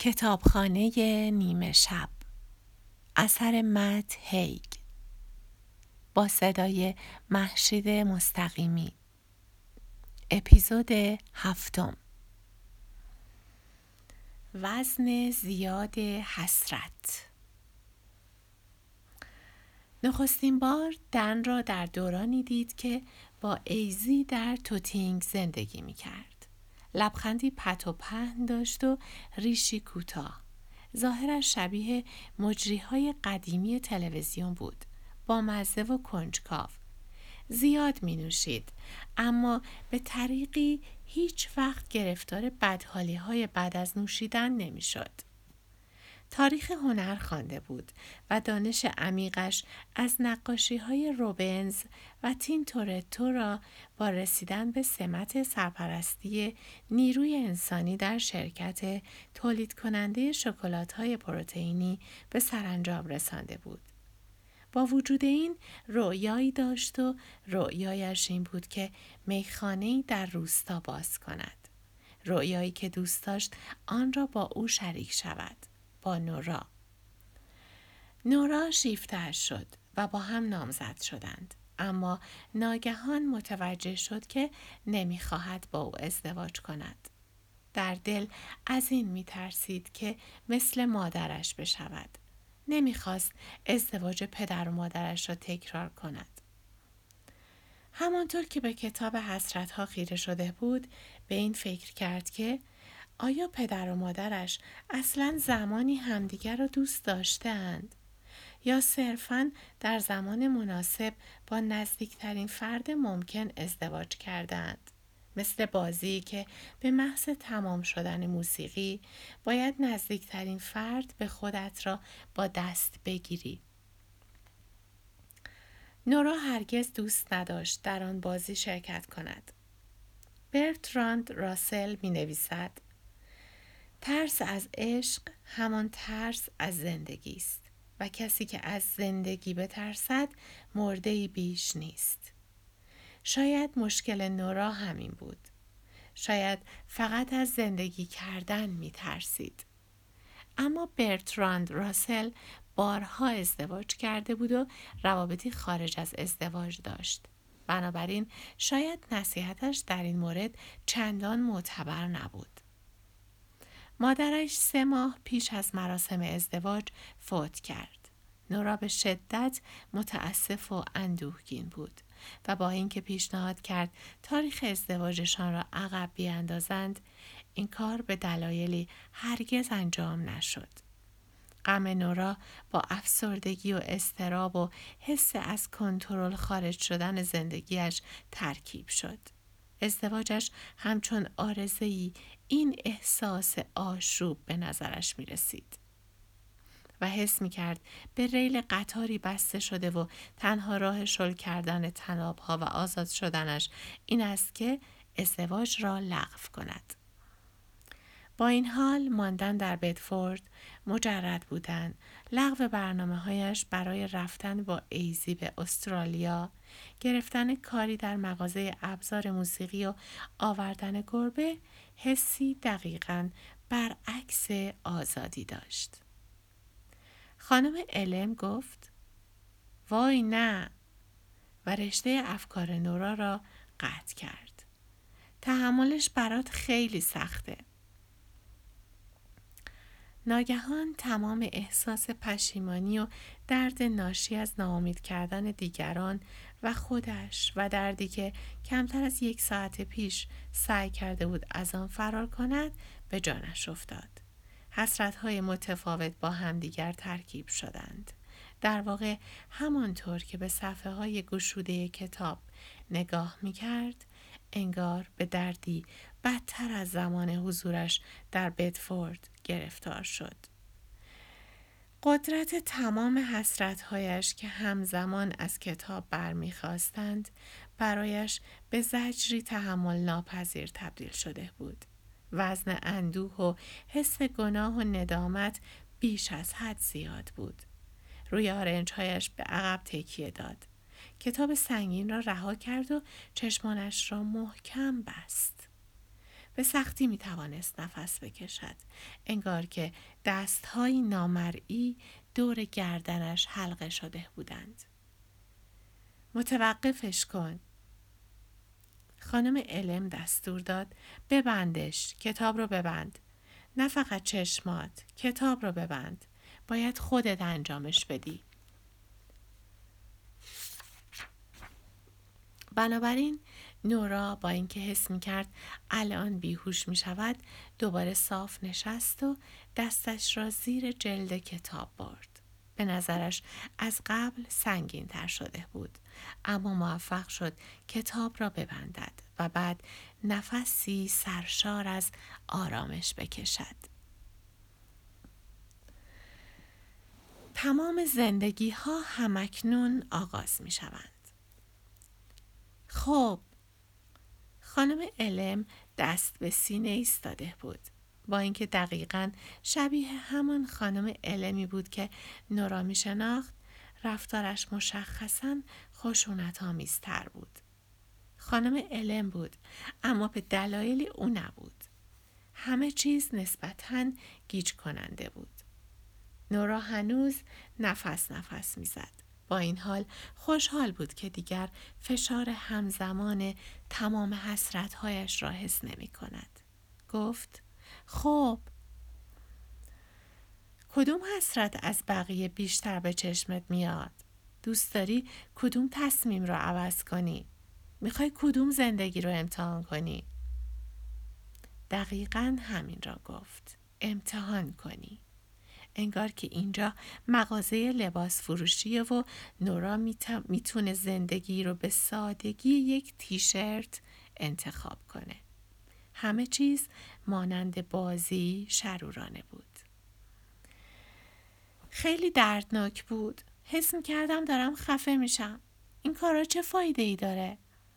کتابخانه نیمه شب، اثر مت هیگ، با صدای مهشید مستقیمی. اپیزود 7. وزن زیاد حسرت. نخستین بار دن را در دورانی دید که با ایزی در توتینگ زندگی می کرد. لبخندی پت و پهن داشت و ریشی کوتاه. ظاهرش شبیه مجریهای قدیمی تلویزیون بود، با مزه و کنجکاو. زیاد می نوشید، اما به طریقی هیچ وقت گرفتار بدحالی های بعد از نوشیدن نمی شد. تاریخ هنر خوانده بود و دانش عمیقش از نقاشی‌های روبنز و تینتورتو را با رسیدن به سمت سرپرستی نیروی انسانی در شرکت تولید کننده شکلات‌های پروتئینی به سرانجام رسانده بود. با وجود این رؤیایی داشت و رؤیایش این بود که میخانه‌ای در روستا باز کند. رؤیایی که دوست داشت آن را با او شریک شود. با نورا. نورا شیفته شد و با هم نامزد شدند، اما ناگهان متوجه شد که نمیخواهد با او ازدواج کند. در دل از این میترسید که مثل مادرش بشود. نمیخواست ازدواج پدر و مادرش را تکرار کند. همانطور که به کتاب حسرت‌ها خیره شده بود، به این فکر کرد که آیا پدر و مادرش اصلاً زمانی همدیگر را دوست داشتند؟ یا صرفاً در زمان مناسب با نزدیکترین فرد ممکن ازدواج کردند؟ مثل بازی که به محض تمام شدن موسیقی باید نزدیکترین فرد به خودت را با دست بگیری. نورا هرگز دوست نداشت در آن بازی شرکت کند. برتراند راسل می نویسد: ترس از عشق همان ترس از زندگی است و کسی که از زندگی بترسد مرده‌ای بیش نیست. شاید مشکل نورا همین بود. شاید فقط از زندگی کردن می ترسید. اما برتراند راسل بارها ازدواج کرده بود و روابطی خارج از ازدواج داشت. بنابراین شاید نصیحتش در این مورد چندان معتبر نبود. مادرش 3 ماه پیش از مراسم ازدواج فوت کرد. نورا به شدت متاسف و اندوهگین بود و با اینکه پیشنهاد کرد تاریخ ازدواجشان را عقب بیاندازند، این کار به دلایلی هرگز انجام نشد. غم نورا با افسردگی و اضطراب و حس از کنترل خارج شدن زندگیش ترکیب شد. ازدواجش همچون آرزه‌ای این احساس آشوب به نظرش می رسید و حس می کرد به ریل قطاری بسته شده و تنها راه شل کردن طناب‌ها و آزاد شدنش این است که ازدواج را لغو کند. با این حال ماندن در بدفورد، مجرد بودن، لغو برنامه‌هایش برای رفتن با ایزی به استرالیا، گرفتن کاری در مغازه ابزار موسیقی و آوردن گربه، حسی دقیقاً برعکس آزادی داشت. خانم الم گفت: وای نه، و رشته افکار نورا را قطع کرد. تحملش برات خیلی سخته. ناگهان تمام احساس پشیمانی و درد ناشی از ناامید کردن دیگران و خودش و دردی که کمتر از 1 ساعت پیش سعی کرده بود از آن فرار کند به جانش افتاد. حسرت‌های متفاوت با همدیگر ترکیب شدند. در واقع همانطور که به صفحه‌های گشوده کتاب نگاه می‌کرد، انگار به دردی بدتر از زمان حضورش در بدفورد گرفتار شد. قدرت تمام حسرت‌هایش که همزمان از کتاب برمیخواستند برایش به زجری تحمل ناپذیر تبدیل شده بود. وزن اندوه و حس گناه و ندامت بیش از حد زیاد بود. روی آرنج‌هایش به عقب تکیه داد. کتاب سنگین را رها کرد و چشمانش را محکم بست. به سختی می توانست نفس بکشد. انگار که دستهای نامرئی دور گردنش حلقه شده بودند. متوقفش کن. خانم الم دستور داد ببندش. کتاب رو ببند. نه فقط چشمات. کتاب رو ببند. باید خودت انجامش بدی. بنابراین نورا با اینکه حس می‌کرد الان بیهوش می‌شود دوباره صاف نشست و دستش را زیر جلد کتاب برد. به نظرش از قبل سنگین تر شده بود، اما موفق شد کتاب را ببندد و بعد نفسی سرشار از آرامش بکشد. تمام زندگی ها همکنون آغاز می شوند. خب، خانم الم دست به سینه ایستاده بود. با اینکه دقیقاً شبیه همان خانم المی بود که نورا می شناخت، رفتارش مشخصاً خشونت‌آمیزتر بود. خانم الم بود، اما به دلایلی او نبود. همه چیز نسبتاً گیج کننده بود. نورا هنوز نفس می زد. با این حال خوشحال بود که دیگر فشار همزمان تمام حسرت‌هایش را حس نمی کند. گفت خب، کدوم حسرت از بقیه بیشتر به چشمت میاد؟ دوست داری کدوم تصمیم را عوض کنی؟ میخوای کدوم زندگی رو امتحان کنی؟ دقیقاً همین را گفت. امتحان کنی. انگار که اینجا مغازه لباس فروشیه و نورا میتونه زندگی رو به سادگی یک تیشرت انتخاب کنه. همه چیز مانند بازی شرورانه بود. خیلی دردناک بود. حس می‌کردم دارم خفه میشم. این کارا چه فایده ای داره؟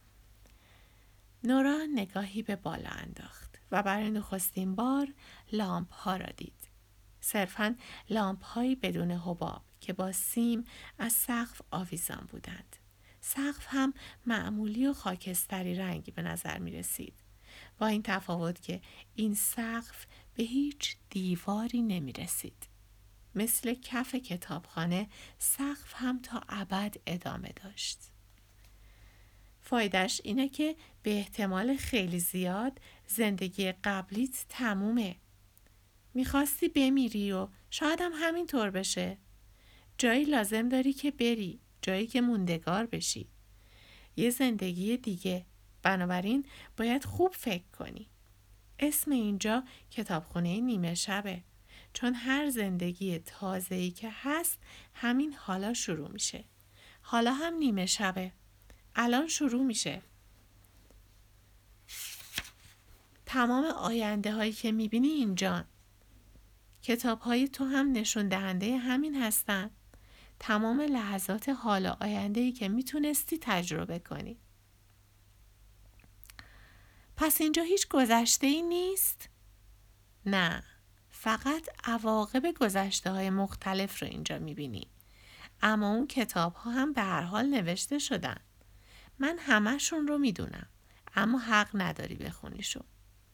نورا نگاهی به بالا انداخت و برای نخستین بار لامپ ها را دید. صرفاً لامپ هایی بدون حباب که با سیم از سقف آویزان بودند. سقف هم معمولی و خاکستری رنگی به نظر می رسید. با این تفاوت که این سقف به هیچ دیواری نمی رسید. مثل کف کتابخانه سقف هم تا ابد ادامه داشت. فایدهش اینه که به احتمال خیلی زیاد زندگی قبلیت تمومه. میخواستی بمیری و شاید هم همینطور بشه. جایی لازم داری که بری، جایی که موندگار بشی. یه زندگی دیگه. بنابراین باید خوب فکر کنی. اسم اینجا کتابخونه نیمه شبه. چون هر زندگی تازه‌ای که هست همین حالا شروع میشه. حالا هم نیمه شبه. الان شروع میشه. تمام آینده هایی که میبینی اینجان. کتاب های تو هم نشون دهنده همین هستن. تمام لحظات حال آینده‌ای که میتونستی تجربه کنی. پس اینجا هیچ گذشته‌ای نیست؟ نه. فقط عواقب گذشته های مختلف رو اینجا میبینی. اما اون کتاب ها هم به هر حال نوشته شدن. من همه‌شون رو میدونم. اما حق نداری بخونیشون.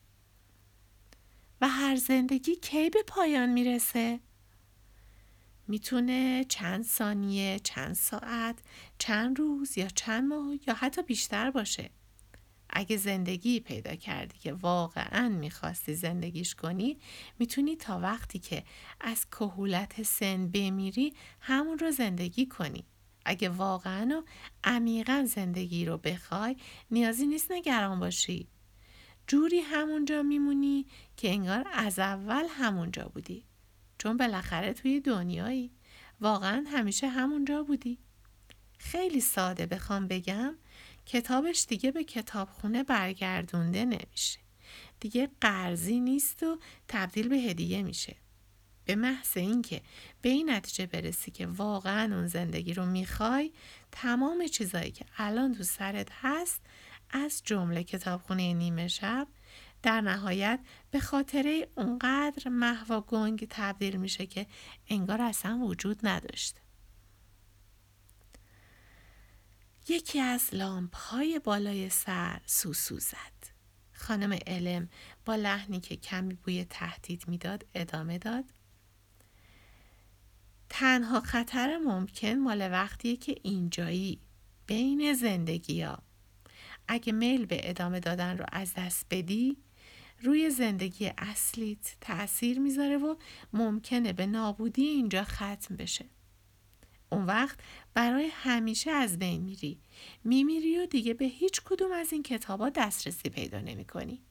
و هر زندگی کی به پایان میرسه؟ میتونه چند ثانیه، چند ساعت، چند روز یا چند ماه یا حتی بیشتر باشه. اگه زندگی پیدا کردی که واقعاً میخواستی زندگیش کنی، میتونی تا وقتی که از کهولت سن بمیری همون رو زندگی کنی. اگه واقعاً و عمیقاً زندگی رو بخوای، نیازی نیست نگران باشی. جوری همونجا میمونی که انگار از اول همونجا بودی. چون بالاخره توی دنیایی. واقعاً همیشه همونجا بودی. خیلی ساده بخوام بگم، کتابش دیگه به کتابخونه برگردونده نمیشه. دیگه قرضی نیست و تبدیل به هدیه میشه. به محض اینکه به این نتیجه برسی که واقعا اون زندگی رو میخوای، تمام چیزایی که الان تو سرت هست، از جمله کتابخونه نیمه شب، در نهایت به خاطره اونقدر محو و گنگ تبدیل میشه که انگار اصلا وجود نداشته. یکی از لامپ های بالای سر سوسو زد. خانم الم با لحنی که کمی بوی تهدید میداد ادامه داد: تنها خطر ممکن مال وقتیه که اینجایی، بین زندگی‌ها. اگه میل به ادامه دادن رو از دست بدی، روی زندگی اصلیت تأثیر میذاره و ممکنه به نابودی اینجا ختم بشه. اون وقت برای همیشه از بین میمیری و دیگه به هیچ کدوم از این کتابا دسترسی پیدا نمی کنی.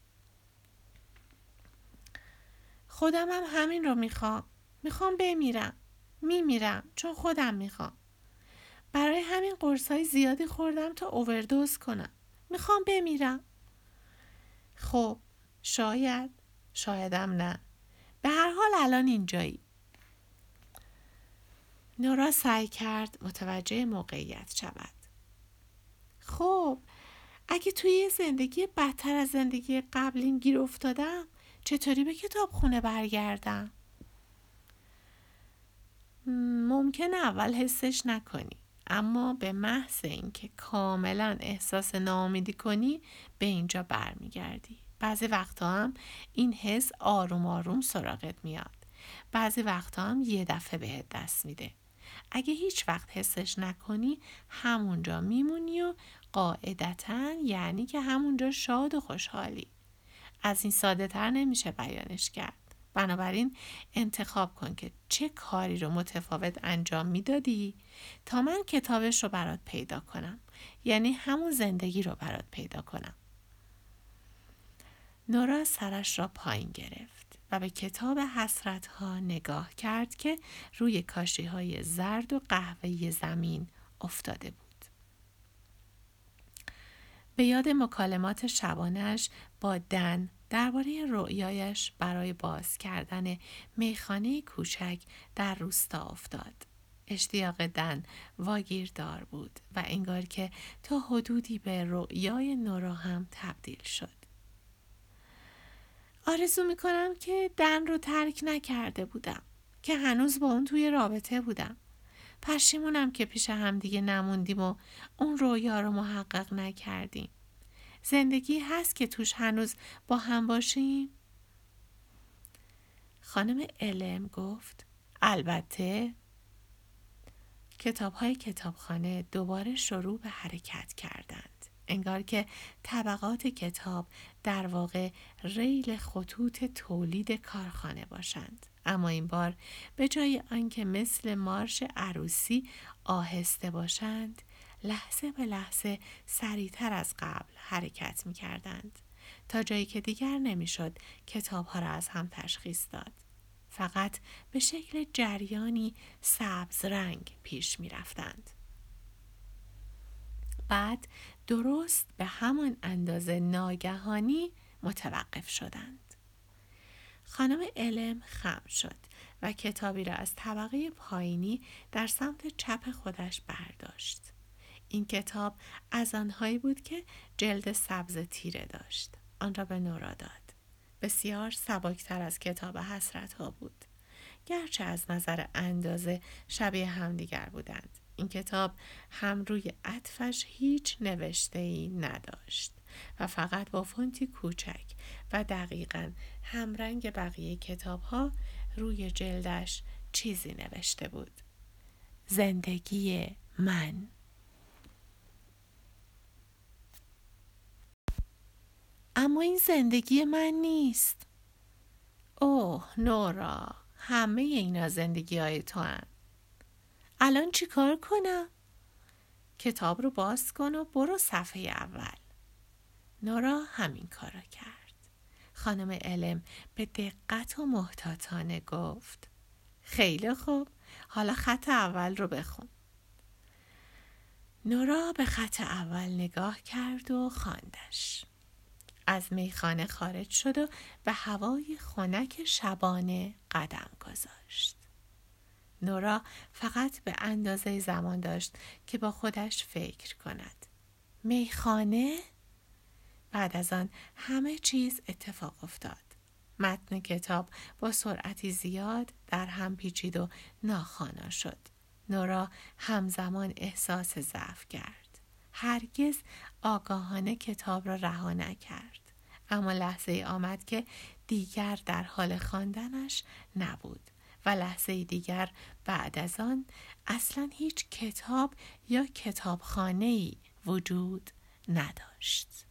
خودم هم همین رو میخوام بمیرم. میمیرم چون خودم میخوام. برای همین قرصای زیادی خوردم تا اووردوز کنم. میخوام بمیرم. خب شایدم نه. به هر حال الان اینجایی. نورا سعی کرد متوجه موقعیت شود. خب اگه توی یه زندگی بدتر از زندگی قبلیم گیر افتادم، چطوری به کتابخونه برگردم؟ ممکنه اول حسش نکنی، اما به محض اینکه کاملا احساس ناامیدی کنی به اینجا برمیگردی. بعضی وقتا هم این حس آروم آروم سراغت میاد. بعضی وقتا هم یه دفعه بهت دست میده. اگه هیچ وقت حسش نکنی همونجا میمونی و قاعدتاً یعنی که همونجا شاد و خوشحالی. از این ساده تر نمیشه بیانش کرد. بنابراین انتخاب کن که چه کاری رو متفاوت انجام میدادی تا من کتابش رو برات پیدا کنم. یعنی همون زندگی رو برات پیدا کنم. نورا سرش را پایین گرفت و به کتاب حسرت‌ها نگاه کرد که روی کاشی‌های زرد و قهوه‌ای زمین افتاده بود. به یاد مکالمات شبانه‌اش با دن درباره رؤیایش برای باز کردن میخانه کوچک در روستا افتاد. اشتیاق دن واگیردار بود و انگار که تا حدودی به رؤیای نورا هم تبدیل شد. آرزو میکنم که دن رو ترک نکرده بودم، که هنوز با اون توی رابطه بودم. پشیمونم که پیش هم دیگه نموندیم و اون رویا رو محقق نکردیم. زندگی هست که توش هنوز با هم باشیم؟ خانم الم گفت البته. کتاب‌های کتابخانه دوباره شروع به حرکت کردند. انگار که طبقات کتاب در واقع ریل خطوط تولید کارخانه باشند. اما این بار به جای آنکه مثل مارش عروسی آهسته باشند، لحظه به لحظه سریعتر از قبل حرکت می کردند. تا جایی که دیگر نمی شد کتاب‌ها را از هم تشخیص داد. فقط به شکل جریانی سبز رنگ پیش می رفتند. بعد درست به همان اندازه ناگهانی متوقف شدند. خانم الم خم شد و کتابی را از طبقه پایینی در سمت چپ خودش برداشت. این کتاب از آنهایی بود که جلد سبز تیره داشت. آن را به نورا داد. بسیار سبکتر از کتاب حسرت‌ها بود. گرچه از نظر اندازه شبیه همدیگر بودند. این کتاب هم روی عطفش هیچ نوشته‌ای نداشت و فقط با فونتی کوچک و دقیقاً همرنگ بقیه کتاب‌ها روی جلدش چیزی نوشته بود. زندگی من. اما این زندگی من نیست. اوه نورا، همه اینا زندگی های تو هن. الان چی کار کنم؟ کتاب رو باز کن و برو صفحه اول. نورا همین کارو کرد. خانم الم به دقت و محتاطانه گفت خیلی خوب، حالا خط اول رو بخون. نورا به خط اول نگاه کرد و خواندش. از میخانه خارج شد و به هوای خنک شبانه قدم گذاشت. نورا فقط به اندازه زمان داشت که با خودش فکر کند. میخانه؟ بعد از آن همه چیز اتفاق افتاد. متن کتاب با سرعتی زیاد در هم پیچید و ناخوانا شد. نورا همزمان احساس ضعف کرد. هرگز آگاهانه کتاب را رها نکرد. اما لحظه آمد که دیگر در حال خواندنش نبود و لحظه دیگر بعد از آن اصلا هیچ کتاب یا کتابخانه‌ای وجود نداشت.